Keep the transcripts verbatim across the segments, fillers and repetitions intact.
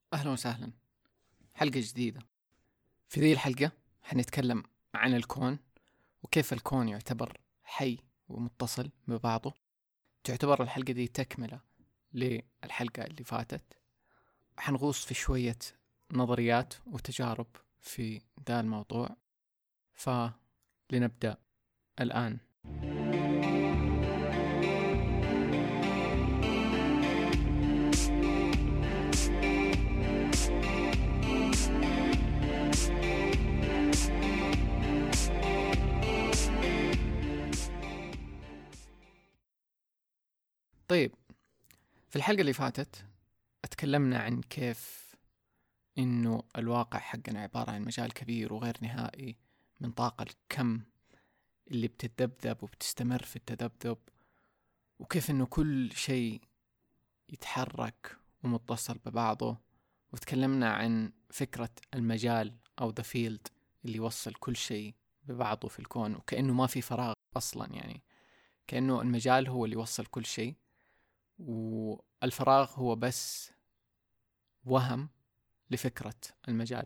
أهلا وسهلا. حلقة جديدة. في ذي الحلقة حنتكلم عن الكون وكيف الكون يعتبر حي ومتصل ببعضه. تعتبر الحلقة دي تكملة للحلقة اللي فاتت. حنغوص في شوية نظريات وتجارب في ذا الموضوع، فلنبدأ الآن. طيب، في الحلقة اللي فاتت اتكلمنا عن كيف إنه الواقع حقنا عبارة عن مجال كبير وغير نهائي من طاقة الكم اللي بتتذبذب وبتستمر في التذبذب، وكيف إنه كل شيء يتحرك ومتصل ببعضه. وتكلمنا عن فكرة المجال أو the field اللي يوصل كل شيء ببعضه في الكون، وكأنه ما في فراغ أصلا، يعني كأنه المجال هو اللي يوصل كل شيء، والفراغ هو بس وهم لفكرة المجال.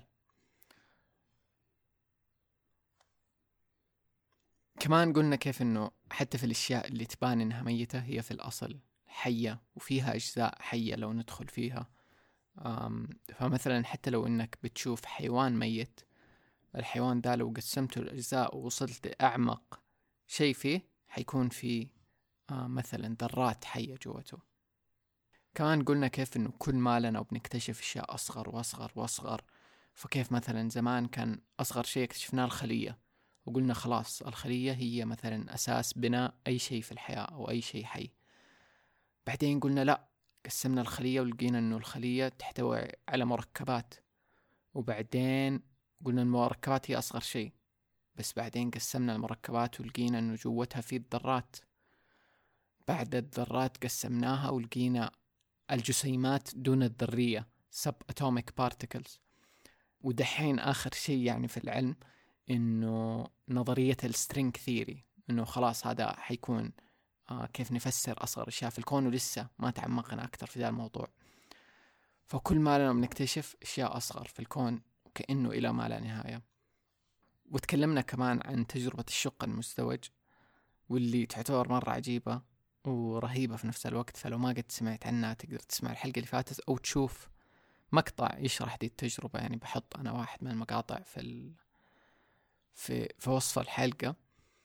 كمان قلنا كيف انه حتى في الاشياء اللي تبان انها ميتة هي في الاصل حية وفيها اجزاء حية لو ندخل فيها. فمثلا حتى لو انك بتشوف حيوان ميت، الحيوان ده لو قسمته الاجزاء ووصلت لاعمق شيء فيه حيكون فيه مثلا ذرات حية جوته. كمان قلنا كيف انه كل ما لنا وبنكتشف اشياء اصغر واصغر واصغر. فكيف مثلا زمان كان اصغر شيء اكتشفناه الخلية، وقلنا خلاص الخلية هي مثلا أساس بناء أي شيء في الحياة أو أي شيء حي. بعدين قلنا لا، قسمنا الخلية ولقينا أنه الخلية تحتوي على مركبات، وبعدين قلنا المركبات هي أصغر شيء، بس بعدين قسمنا المركبات ولقينا أنه جوتها في الذرات. بعد الذرات قسمناها ولقينا الجسيمات دون الذرية subatomic particles. ودحين آخر شيء يعني في العلم إنه نظرية السترينج ثيري، إنه خلاص هذا حيكون آه كيف نفسر أصغر أشياء في الكون، ولسه ما تعمقنا أكثر في ذا الموضوع. فكل ما لنا بنكتشف أشياء أصغر في الكون كأنه إلى ما لا نهاية. وتكلمنا كمان عن تجربة الشق المزدوج، واللي تعتبر مرة عجيبة ورهيبة في نفس الوقت. فلو ما قد سمعت عنها تقدر تسمع الحلقة اللي فاتت أو تشوف مقطع يشرح دي التجربة، يعني بحط أنا واحد من المقاطع في ال... في في وصف الحلقة.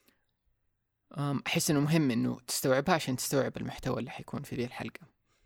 أحس إنه مهم إنه تستوعبها عشان تستوعب المحتوى اللي حيكون في ذي الحلقة.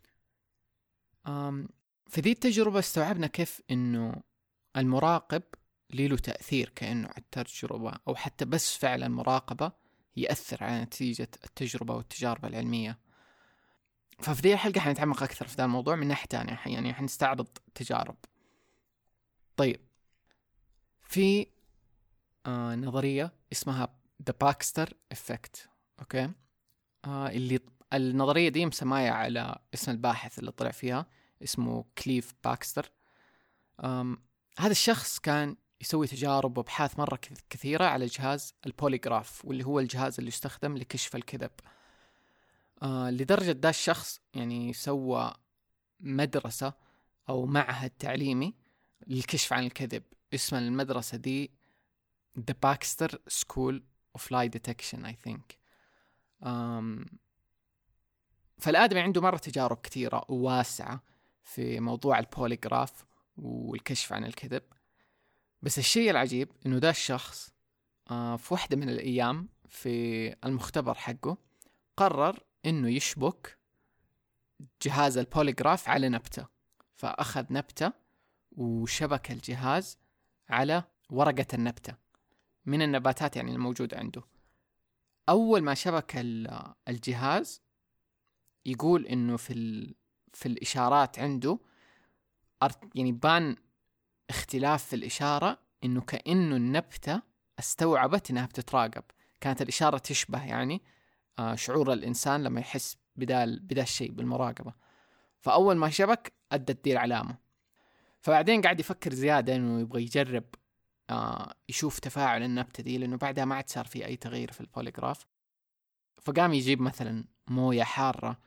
في ذي التجربة استوعبنا كيف إنه المراقب لي له تأثير كأنه على التجربة، أو حتى بس فعل المراقبة يأثر على نتيجة التجربة والتجارب العلمية. ففي ذي الحلقة حنتعمق أكثر في ذا الموضوع من ناحية تانية، يعني حنستعرض تجارب. طيب، في آه نظرية اسمها The Baxter Effect. أوكي، آه اللي النظرية دي مسماية على اسم الباحث اللي طلع فيها، اسمه كليف باكستر. هذا الشخص كان يسوي تجارب وابحاث مرة كثيرة على جهاز البوليغراف، واللي هو الجهاز اللي يستخدم لكشف الكذب. آه لدرجة ده الشخص يعني سوى مدرسة أو معهد تعليمي للكشف عن الكذب. اسم المدرسة دي The Baxter School of Lie Detection I think. أم فالآدمي عنده مرة تجارب كثيرة وواسعة في موضوع البوليغراف والكشف عن الكذب. بس الشيء العجيب إنه ده الشخص آه في واحدة من الأيام في المختبر حقه قرر إنه يشبك جهاز البوليغراف على نبتة. فأخذ نبتة وشبك الجهاز على ورقة النبتة من النباتات يعني الموجودة عنده. أول ما شبك الجهاز يقول إنه في في الإشارات عنده يعني بان اختلاف في الإشارة، إنه كأنه النبتة استوعبت إنها بتتراقب. كانت الإشارة تشبه يعني آه شعور الإنسان لما يحس بدال بدا الشيء بالمراقبة. فأول ما شبك أدت دي العلامة. فبعدين قاعد يفكر زيادة إنه يبغى يجرب آه يشوف تفاعل النبتة دي، لأنه بعدها ما عاد صار في أي تغيير في البوليغراف. فقام يجيب مثلا موية حارة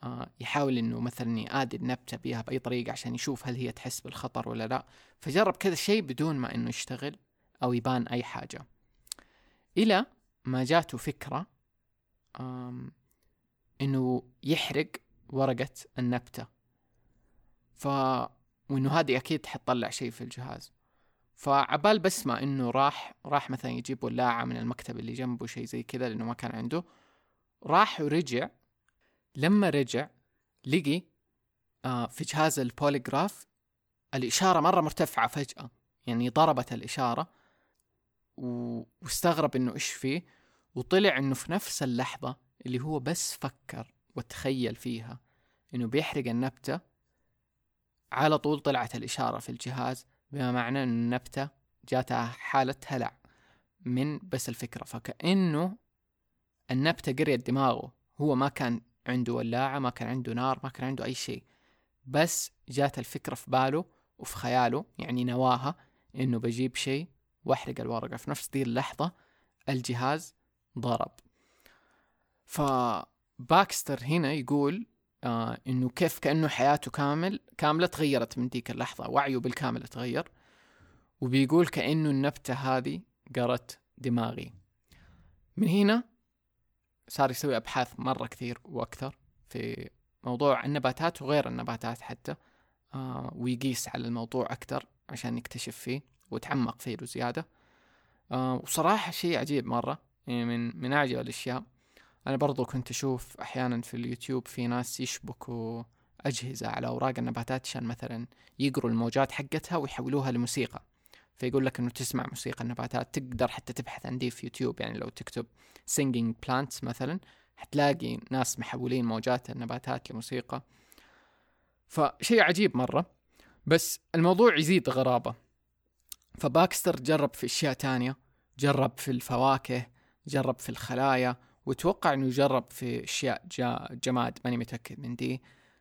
آه يحاول إنه مثلا يآذي النبتة بيها بأي طريقة عشان يشوف هل هي تحس بالخطر ولا لا. فجرب كذا شيء بدون ما إنه يشتغل أو يبان أي حاجة، إلى ما جاته فكرة إنه يحرق ورقة النبتة، ف وإنه هذه أكيد حتطلع شيء في الجهاز. فعبال بس ما إنه راح راح مثلا يجيب ولاعة من المكتب اللي جنبه شيء زي كذا لأنه ما كان عنده، راح ورجع. لما رجع لقي آه في جهاز البوليغراف الإشارة مرة مرتفعة فجأة، يعني ضربت الإشارة و... واستغرب إنه إيش فيه، وطلع إنه في نفس اللحظة اللي هو بس فكر وتخيل فيها إنه بيحرق النبتة، على طول طلعت الإشارة في الجهاز، بما معنى إن النبتة جاتها حالة هلع من بس الفكرة. فكأنه النبتة قريت دماغه، هو ما كان عنده ولاعة، ما كان عنده نار، ما كان عنده أي شيء، بس جات الفكرة في باله وفي خياله، يعني نواها إنه بجيب شيء واحرق الورقة. في نفس دي اللحظة الجهاز ضرب. فباكستر هنا يقول آه إنه كيف كأنه حياته كامل كاملة تغيرت من ديك اللحظة، وعيه بالكامل تغير، وبيقول كأنه النبتة هذه قرت دماغي. من هنا صار يسوي أبحاث مرة كثير وأكثر في موضوع النباتات وغير النباتات حتى، آه ويقيس على الموضوع أكثر عشان يكتشف فيه وتعمق فيه زيادة. آه وصراحة شيء عجيب مرة، يعني من من أعجب الأشياء. أنا برضو كنت أشوف أحيانا في اليوتيوب في ناس يشبكوا أجهزة على أوراق النباتات عشان مثلا يقروا الموجات حقتها ويحولوها لموسيقى، فيقول لك إنه تسمع موسيقى النباتات. تقدر حتى تبحث عن دي في يوتيوب، يعني لو تكتب singing plants مثلا حتلاقي ناس محولين موجات النباتات لموسيقى. فشيء عجيب مرة، بس الموضوع يزيد غرابة. فباكستر جرب في أشياء تانية، جرب في الفواكه، جرب في الخلايا، وتوقع إنه يجرب في أشياء جماد ماني متأكد من دي.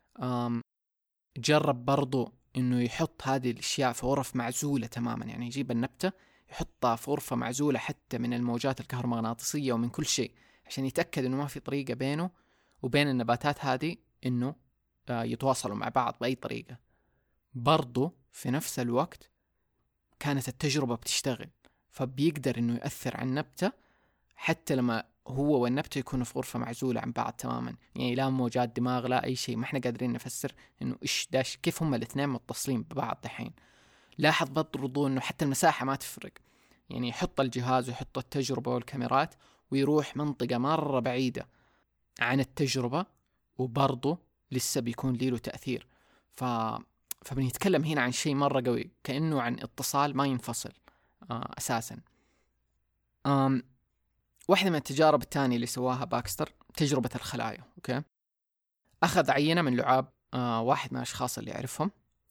جرب برضو إنه يحط هذه الأشياء في غرف معزولة تماما، يعني يجيب النبتة يحطها في غرفة معزولة حتى من الموجات الكهرومغناطيسية ومن كل شيء، عشان يتأكد إنه ما في طريقة بينه وبين النباتات هذه إنه يتواصلوا مع بعض بأي طريقة. برضو في نفس الوقت كانت التجربة بتشتغل، فبيقدر إنه يأثر على النبتة حتى لما هو والنبتة يكونوا في غرفة معزولة عن بعض تماما، يعني لا موجات دماغ لا أي شيء. ما احنا قادرين نفسر إنه إيش داش كيف هم الاثنين متصلين ببعض دحين. لاحظ برضو إنه حتى المساحة ما تفرق، يعني يحط الجهاز ويحط التجربة والكاميرات ويروح منطقة مرة بعيدة عن التجربة وبرضو لسه بيكون له تأثير. ف... فبنتكلم هنا عن شيء مرة قوي، كأنه عن اتصال ما ينفصل آه أساسا. آم واحدة من التجارب الثانية اللي سواها باكستر تجربة الخلايا. أوكي، أخذ عينة من لعاب آه واحد من الأشخاص اللي يعرفهم،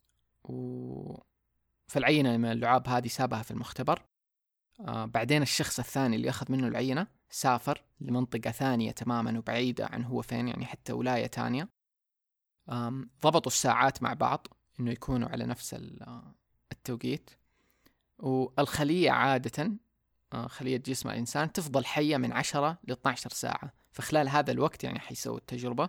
وفي العينة من اللعاب هذه سابها في المختبر. آه بعدين الشخص الثاني اللي أخذ منه العينة سافر لمنطقة ثانية تماما وبعيدة عن هو فين، يعني حتى ولاية ثانية. ضبطوا الساعات مع بعض إنه يكونوا على نفس التوقيت. والخلية عادة خلية جسم الإنسان تفضل حية من عشرة لاثنى عشر ساعة، فخلال هذا الوقت يعني حيسوي التجربة.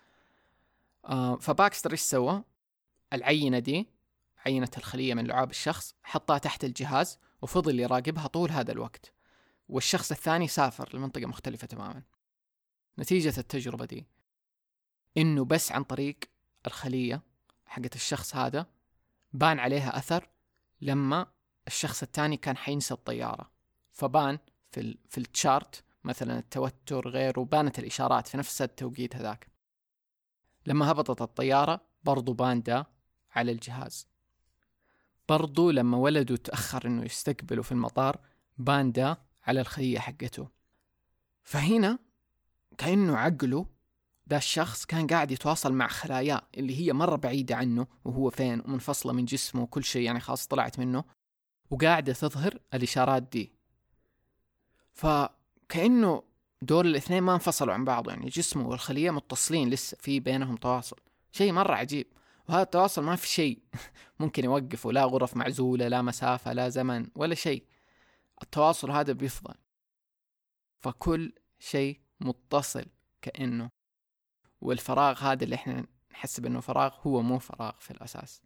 فباكستر إيش سوى؟ العينة دي عينة الخلية من لعاب الشخص حطها تحت الجهاز وفضل يراقبها طول هذا الوقت، والشخص الثاني سافر لمنطقة مختلفة تماما. نتيجة التجربة دي إنه بس عن طريق الخلية حقت الشخص هذا بان عليها أثر لما الشخص الثاني كان حينسى الطيارة، فبان في ال في التشارت مثلا التوتر غيره، بانت الإشارات في نفس التوقيت هذاك. لما هبطت الطيارة برضو بان ده على الجهاز. برضو لما ولده تأخر إنه يستقبله في المطار بان ده على الخلية حقته. فهنا كأنه عقله ده الشخص كان قاعد يتواصل مع خلاياه اللي هي مرة بعيدة عنه وهو فين ومنفصلة من جسمه وكل شيء، يعني خلاص طلعت منه وقاعدة تظهر الإشارات دي. فكأنه دول الاثنين ما انفصلوا عن بعض، يعني جسمه والخلية متصلين لسه في بينهم تواصل. شيء مرة عجيب. وهذا التواصل ما في شيء ممكن يوقفه، لا غرف معزولة لا مسافة لا زمن ولا شيء، التواصل هذا بيفضل. فكل شيء متصل كأنه. والفراغ هذا اللي احنا نحسب انه فراغ هو مو فراغ في الاساس.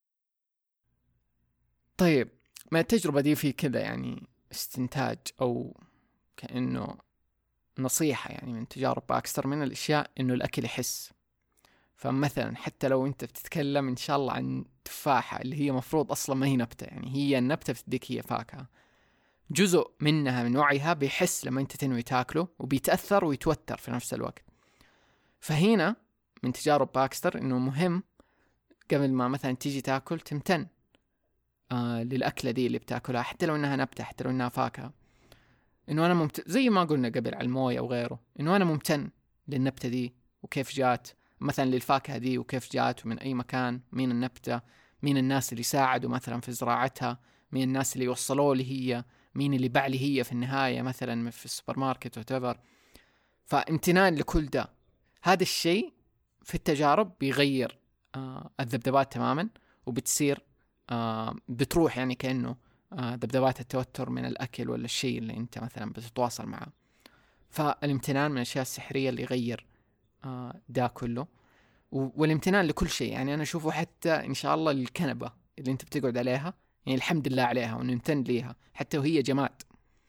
طيب ما التجربة دي في كذا يعني استنتاج او كأنه نصيحة يعني من تجارب باكستر من الاشياء انه الاكل يحس. فمثلا حتى لو انت بتتكلم ان شاء الله عن تفاحة اللي هي مفروض اصلا ما هي نبتة، يعني هي النبتة بتديك هي فاكهة، جزء منها من وعيها بيحس لما انت تنوي تاكله وبيتأثر ويتوتر في نفس الوقت. فهنا من تجارب باكستر انه مهم قبل ما مثلا تيجي تاكل تمتن آه للأكلة دي اللي بتاكلها، حتى لو انها نبتة، حتى لو انها فاكهة، انه انا ممتن زي ما قلنا قبل على الموية وغيره، انه انا ممتن للنبتة دي وكيف جات، مثلا للفاكهة دي وكيف جات ومن اي مكان، مين النبتة، مين الناس اللي ساعدوا مثلا في زراعتها، مين الناس اللي وصلوا لي هي، مين اللي باع لي هي في النهاية مثلا في السوبر ماركت وتفر. فامتنان لكل ده. هذا الشيء في التجارب بيغير آه الذبذبات تماما، وبتصير آه بتروح يعني كأنه آه ذبذبات التوتر من الأكل ولا الشيء اللي أنت مثلا بتتواصل معه. فالامتنان من الأشياء السحرية اللي يغير آه ده كله. والامتنان لكل شيء، يعني أنا أشوفه حتى إن شاء الله الكنبة اللي أنت بتقعد عليها، يعني الحمد لله عليها ونمتن ليها حتى وهي جماد.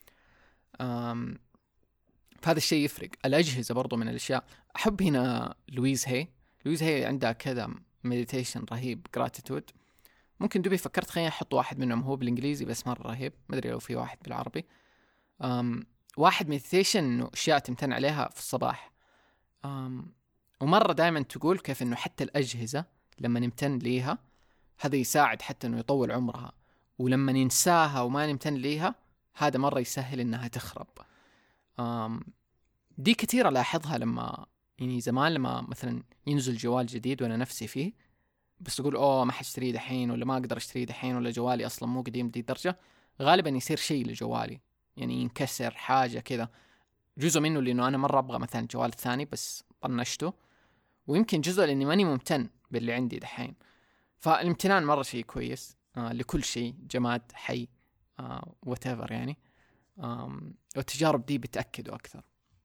آم فهذا الشيء يفرق. الأجهزة برضو من الأشياء. أحب هنا لويز هي لويز هي عندها كذا مديتيشن رهيب، جراتيتود. ممكن دوبي فكرت خليني أحط واحد منهم، هو بالإنجليزي بس مرة رهيب، ما أدري لو في واحد بالعربي. أم واحد مديتيشن إنه أشياء تمتن عليها في الصباح. أم ومرة دائما تقول كيف إنه حتى الأجهزة لما نمتن ليها هذا يساعد حتى إنه يطول عمرها، ولما ننساها وما نمتن ليها هذا مرة يسهل إنها تخرب. أم دي كثيرة لاحظها لما يعني زمان لما مثلا ينزل جوال جديد وأنا نفسي فيه بس أقول أوه ما حاشتريه دحين، ولا ما أقدر أشتريه دحين، ولا جوالي أصلا مو قديم دي درجة، غالبا يصير شيء لجوالي، يعني ينكسر حاجة كذا. جزء منه لأنه أنا مرة أبغى مثلا جوال ثاني بس طنشته، ويمكن جزء لأني ماني ممتن باللي عندي دحين. فالامتنان مرة شيء كويس آه لكل شيء جماد حي آه whatever يعني. آه والتجارب دي بتأكده أكثر.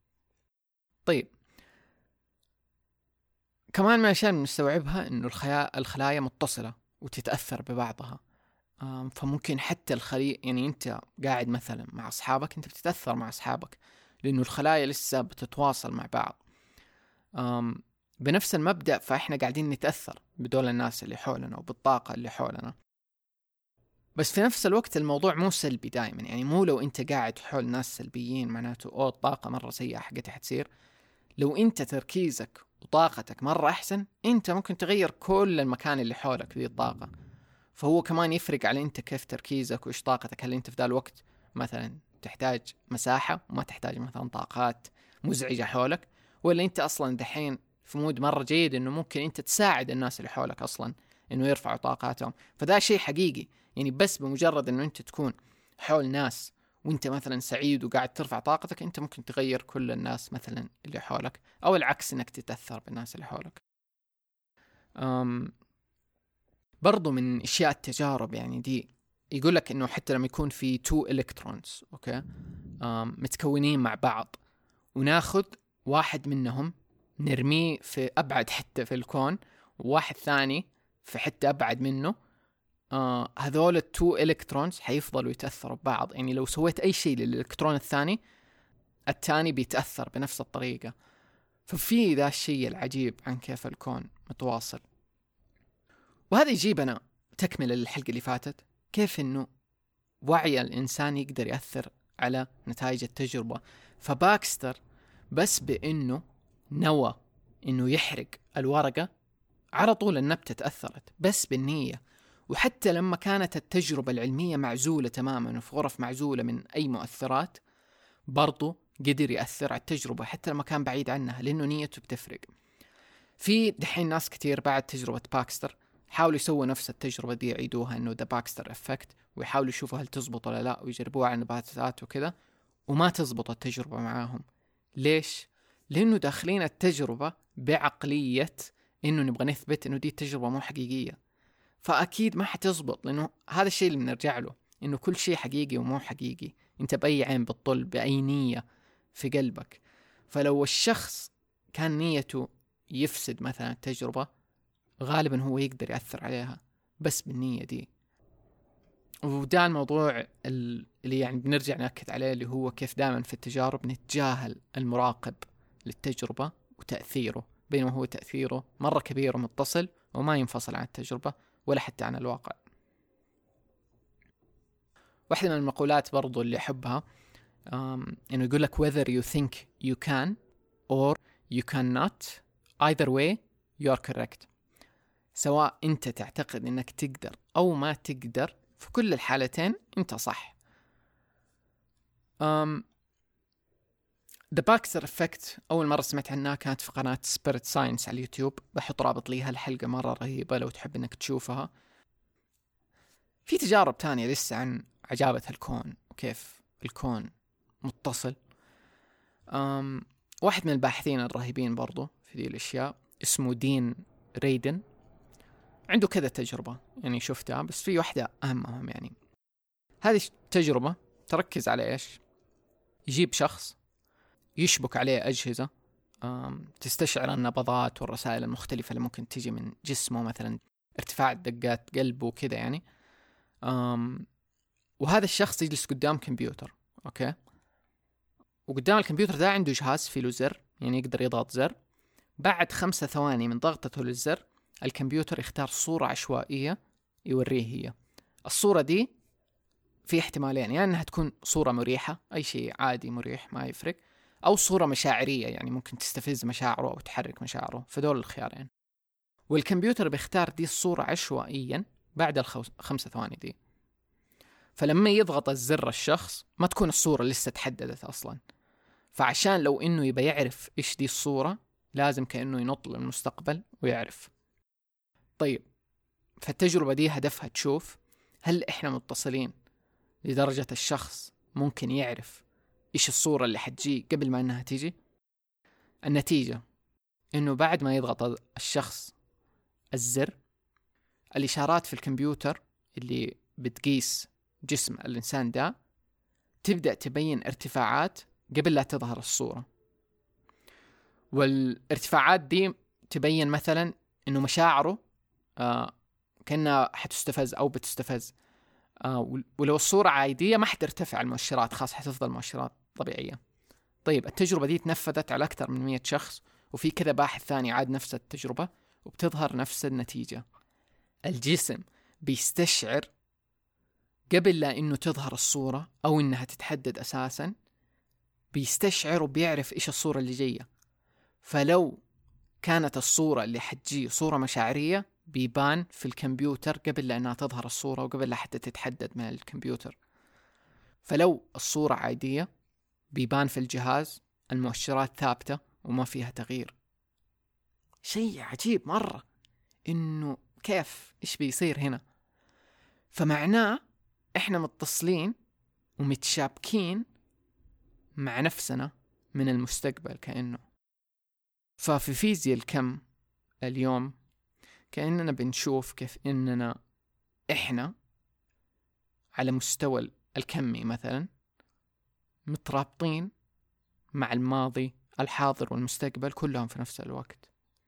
طيب كمان من الأشياء نستوعبها إنه الخلايا الخلايا متصلة وتتأثر ببعضها. فممكن حتى الخلية، يعني أنت قاعد مثلا مع أصحابك أنت بتتأثر مع أصحابك لأنه الخلايا لسه بتتواصل مع بعض بنفس المبدأ. فإحنا قاعدين نتأثر بدول الناس اللي حولنا وبالطاقة اللي حولنا. بس في نفس الوقت الموضوع مو سلبي دائما، يعني مو لو أنت قاعد حول ناس سلبيين معناته أوه الطاقة مرة سيئة حقتها حتصير. لو أنت تركيزك وطاقتك مرة أحسن أنت ممكن تغير كل المكان اللي حولك ذي الطاقة. فهو كمان يفرق على أنت كيف تركيزك وإيش طاقتك. هل أنت في ذا الوقت مثلا تحتاج مساحة وما تحتاج مثلا طاقات مزعجة حولك، ولا أنت أصلا دحين في مود مرة جيد أنه ممكن أنت تساعد الناس اللي حولك أصلا أنه يرفعوا طاقاتهم. فده شيء حقيقي، يعني بس بمجرد أنه أنت تكون حول ناس وانت مثلا سعيد وقاعد ترفع طاقتك انت ممكن تغير كل الناس مثلا اللي حولك، او العكس انك تتأثر بالناس اللي حولك. أم برضو من اشياء التجارب يعني دي يقول لك انه حتى لما يكون في تو الكترونز اوكي أم متكونين مع بعض وناخذ واحد منهم نرميه في ابعد حتة في الكون وواحد ثاني في حتة ابعد منه، آه هذول التو إلكترونز حيفضلوا يتأثروا ببعض. يعني لو سويت أي شيء للإلكترون الثاني الثاني بيتأثر بنفس الطريقة. ففي ذا الشيء العجيب عن كيف الكون متواصل. وهذا يجيبنا تكمل الحلقة اللي فاتت، كيف إنه وعي الإنسان يقدر يأثر على نتائج التجربة. فباكستر بس بإنه نوى إنه يحرق الورقة على طول النبتة تأثرت بس بالنية. وحتى لما كانت التجربة العلمية معزولة تماما وفي غرف معزولة من أي مؤثرات برضو قدر يأثر على التجربة حتى لما كان بعيد عنها لأنه نيته بتفرق. في دحين ناس كتير بعد تجربة باكستر حاولوا يسووا نفس التجربة دي يعيدوها إنه ده باكستر إفكت، ويحاولوا يشوفوا هل تزبط ولا لا ويجربوها على نباتات وكذا وما تزبط التجربة معاهم. ليش؟ لأنه داخلين التجربة بعقلية إنه نبغى نثبت إنه دي التجربة مو حقيقية، فأكيد ما حتزبط. لأنه هذا الشيء اللي بنرجع له، إنه كل شيء حقيقي ومو حقيقي. أنت بأي عين بتطل بأي نية في قلبك. فلو الشخص كان نيته يفسد مثلا التجربة غالبا هو يقدر يأثر عليها بس بالنية دي. وده الموضوع اللي يعني بنرجع نأكد عليه، اللي هو كيف دائما في التجارب نتجاهل المراقب للتجربة وتأثيره، بينما هو تأثيره مرة كبير ومتصل وما ينفصل عن التجربة ولا حتى عن الواقع. واحدة من المقولات برضو اللي أحبها إنه يقول لك whether you think you can or you cannot, either way you are correct. سواء أنت تعتقد إنك تقدر أو ما تقدر، في كل الحالتين أنت صح. um, The Baxter Effect أول مرة سمعت عنها كانت في قناة Spirit Science على اليوتيوب، بحط رابط ليها، الحلقة مرة رهيبة لو تحب إنك تشوفها. في تجارب تانية لسه عن عجابة الكون وكيف الكون متصل. um, واحد من الباحثين الرهيبين برضو في دي الأشياء اسمه دين ريدن، عنده كذا تجربة يعني شفتها، بس في واحدة أهمهم. يعني هذه التجربة تركز على إيش؟ يجيب شخص يشبك عليه أجهزة تستشعر النبضات والرسائل المختلفة اللي ممكن تيجي من جسمه، مثلا ارتفاع دقات قلبه وكذا يعني. وهذا الشخص يجلس قدام كمبيوتر، أوكي، وقدام الكمبيوتر ده عنده جهاز فيه له زر، يعني يقدر يضغط زر. بعد خمسة ثواني من ضغطته للزر الكمبيوتر يختار صورة عشوائية يوريه هي. الصورة دي في احتمالين، يعني أنها تكون صورة مريحة، أي شيء عادي مريح ما يفرق، أو صورة مشاعرية يعني ممكن تستفز مشاعره أو تحرك مشاعره، فدول الخيارين. والكمبيوتر بيختار دي الصورة عشوائيا بعد الخمسة ثواني دي. فلما يضغط الزر الشخص ما تكون الصورة لسه تحددت أصلا، فعشان لو إنه يبقى يعرف إيش دي الصورة لازم كأنه ينط للمستقبل ويعرف. طيب، فالتجربة دي هدفها تشوف هل إحنا متصلين لدرجة الشخص ممكن يعرف إيش الصورة اللي حتجي قبل ما إنها تيجي. النتيجة إنه بعد ما يضغط الشخص الزر، الإشارات في الكمبيوتر اللي بتقيس جسم الإنسان ده تبدأ تبين ارتفاعات قبل لا تظهر الصورة. والارتفاعات دي تبين مثلا إنه مشاعره آه كأنها حتستفز أو بتستفز. آه ولو الصورة عادية ما حترتفع المؤشرات، خاص حتفضل مؤشرات طبيعية. طيب، التجربة دي تنفذت على أكثر من مية شخص، وفي كذا باحث ثاني عاد نفس التجربة وبتظهر نفس النتيجة. الجسم بيستشعر قبل لا إنه تظهر الصورة أو إنها تتحدد أساسا، بيستشعر وبيعرف إيش الصورة اللي جاية. فلو كانت الصورة اللي حتجي صورة مشاعرية بيبان في الكمبيوتر قبل لا إنها تظهر الصورة وقبل لا حتى تتحدد من الكمبيوتر. فلو الصورة عادية بيبان في الجهاز المؤشرات ثابتة وما فيها تغيير. شيء عجيب مرة إنه كيف إيش بيصير هنا. فمعناه إحنا متصلين ومتشابكين مع نفسنا من المستقبل كأنه. ففي فيزياء الكم اليوم كأننا بنشوف كيف إننا إحنا على مستوى الكمي مثلا مترابطين مع الماضي الحاضر والمستقبل كلهم في نفس الوقت.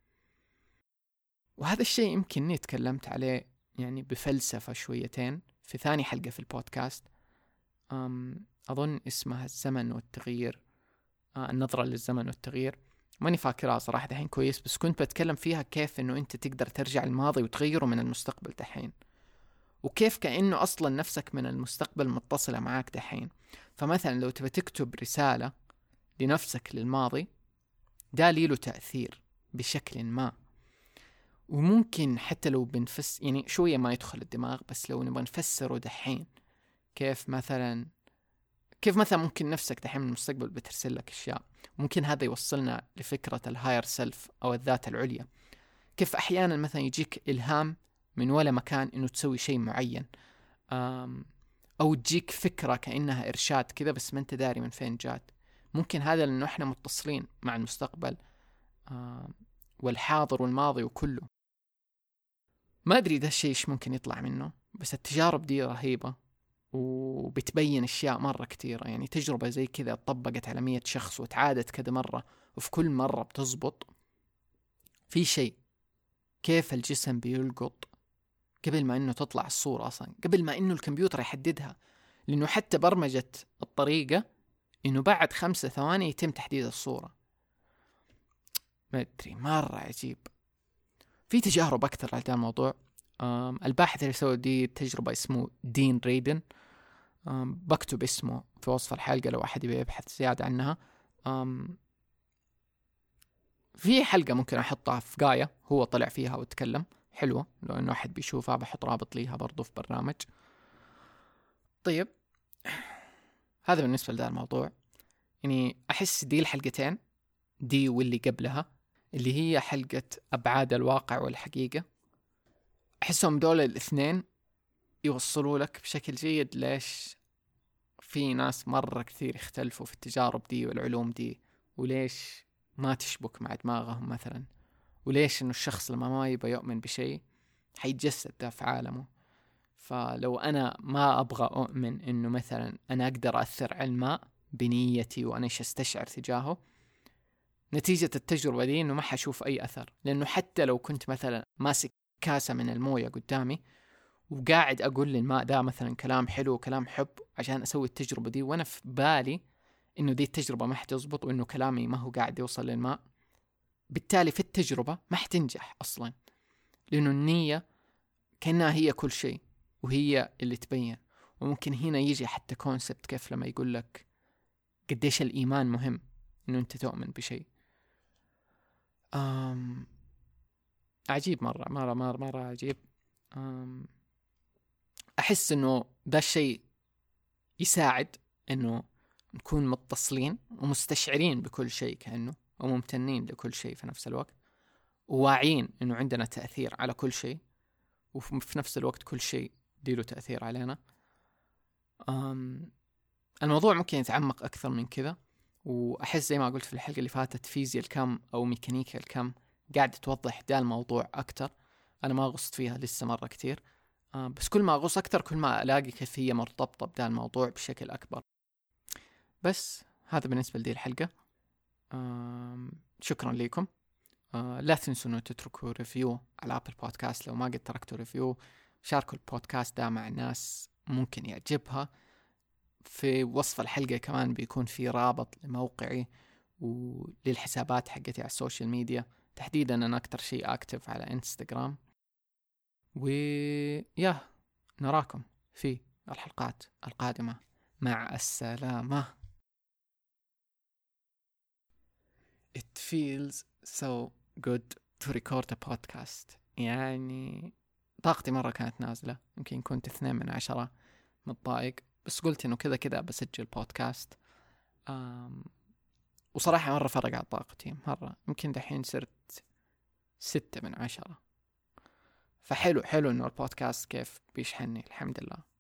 وهذا الشيء يمكن إني تكلمت عليه يعني بفلسفة شويتين في ثاني حلقة في البودكاست، أظن اسمها الزمن والتغيير، النظرة للزمن والتغيير، ماني فاكرها صراحة دحين كويس، بس كنت بتكلم فيها كيف إنه أنت تقدر ترجع الماضي وتغيره من المستقبل دحين، وكيف كأنه أصلا نفسك من المستقبل متصلة معاك دحين. فمثلا لو تبى تكتب رسالة لنفسك للماضي، ده لي له تأثير بشكل ما، وممكن حتى لو بنفس يعني شوية ما يدخل الدماغ، بس لو نبغى نفسره دحين كيف مثلا كيف مثلا ممكن نفسك دحين من المستقبل بترسل لك أشياء. ممكن هذا يوصلنا لفكرة الهاير سيلف أو الذات العليا. كيف أحيانا مثلا يجيك إلهام من ولا مكان إنه تسوي شيء معين، أو تجيك فكرة كأنها إرشاد كذا بس ما أنت داري من فين جات. ممكن هذا لأنه إحنا متصلين مع المستقبل والحاضر والماضي وكله. ما أدري ده الشيء إيش ممكن يطلع منه، بس التجارب دي رهيبة وبتبين أشياء مرة كتيرة. يعني تجربة زي كذا طبقت على مية شخص وتعادت كذا مرة، وفي كل مرة بتزبط في شيء كيف الجسم بيلقط قبل ما إنه تطلع الصورة أصلا، قبل ما إنه الكمبيوتر يحددها، لأنه حتى برمجة الطريقة إنه بعد خمسة ثواني يتم تحديد الصورة. ما أدري، مرة عجيب. في تجارب أكثر على هذا الموضوع. الباحث اللي سوى دي التجربة اسمه دين ريدن، بكتب اسمه في وصف الحلقة لو أحد يبي يبحث زيادة عنها. في حلقة ممكن أحطها في قاية هو طلع فيها وتكلم، حلوة لو أنه أحد بيشوفها، بحط رابط ليها برضو في برنامج. طيب هذا بالنسبة لهذا الموضوع. يعني أحس دي الحلقتين دي واللي قبلها اللي هي حلقة أبعاد الواقع والحقيقة، أحسهم دول الاثنين يوصلوا لك بشكل جيد ليش في ناس مرة كثير يختلفوا في التجارب دي والعلوم دي، وليش ما تشبك مع دماغهم مثلا، وليش إنه الشخص لما ما يبغى يؤمن بشيء حيتجسد ده في عالمه. فلو أنا ما أبغى أؤمن إنه مثلا أنا أقدر أثر على الماء بنيتي وأنا إيش أستشعر تجاهه، نتيجة التجربة دي إنه ما حشوف أي أثر. لأنه حتى لو كنت مثلا ماسك كاسة من الموية قدامي وقاعد أقول للماء ده مثلا كلام حلو وكلام حب عشان أسوي التجربة دي، وأنا في بالي إنه دي التجربة ما حتزبط وإنه كلامي ما هو قاعد يوصل للماء، بالتالي في التجربة ما حتنجح أصلا، لأنه النية كأنها هي كل شيء وهي اللي تبين. وممكن هنا يجي حتى كونسبت كيف لما يقول لك قديش الإيمان مهم إنه أنت تؤمن بشيء. أم عجيب مرة مرة مرة مرة عجيب. أم أحس إنه ده الشيء يساعد إنه نكون متصلين ومستشعرين بكل شيء كأنه، وممتنين لكل شيء في نفس الوقت، وواعيين إنه عندنا تأثير على كل شيء، وفي نفس الوقت كل شيء ديله تأثير علينا. أم الموضوع ممكن يتعمق أكثر من كذا، وأحس زي ما قلت في الحلقة اللي فاتت فيزياء الكم أو ميكانيكا الكم قاعد توضح ده الموضوع أكتر. أنا ما غصت فيها لسه مرة كتير، أه بس كل ما أغص أكتر كل ما ألاقي كيف هي مرتبطة بده الموضوع بشكل أكبر. بس هذا بالنسبة لدي الحلقة. أه شكرا لكم. أه لا تنسوا أنه تتركوا ريفيو على أبل بودكاست لو ما قد تركتوا ريفيو. شاركوا البودكاست ده مع الناس ممكن يعجبها. في وصف الحلقة كمان بيكون في رابط لموقعي وللحسابات حقتي على السوشيال ميديا، تحديدا أنا أكتر شيء أكتف على إنستغرام. ويا نراكم في الحلقات القادمة. مع السلامة. It feels so good to record a podcast. يعني طاقتي مرة كانت نازلة، يمكن كنت اثنين من عشرة متضايق، بس قلت إنه كذا كذا بسجل بودكاست. أم وصراحة مرة فرق على طاقتي مرة، يمكن دحين صرت ستة من عشرة. فحلو حلو إنه البودكاست كيف بيشحنني، الحمد لله.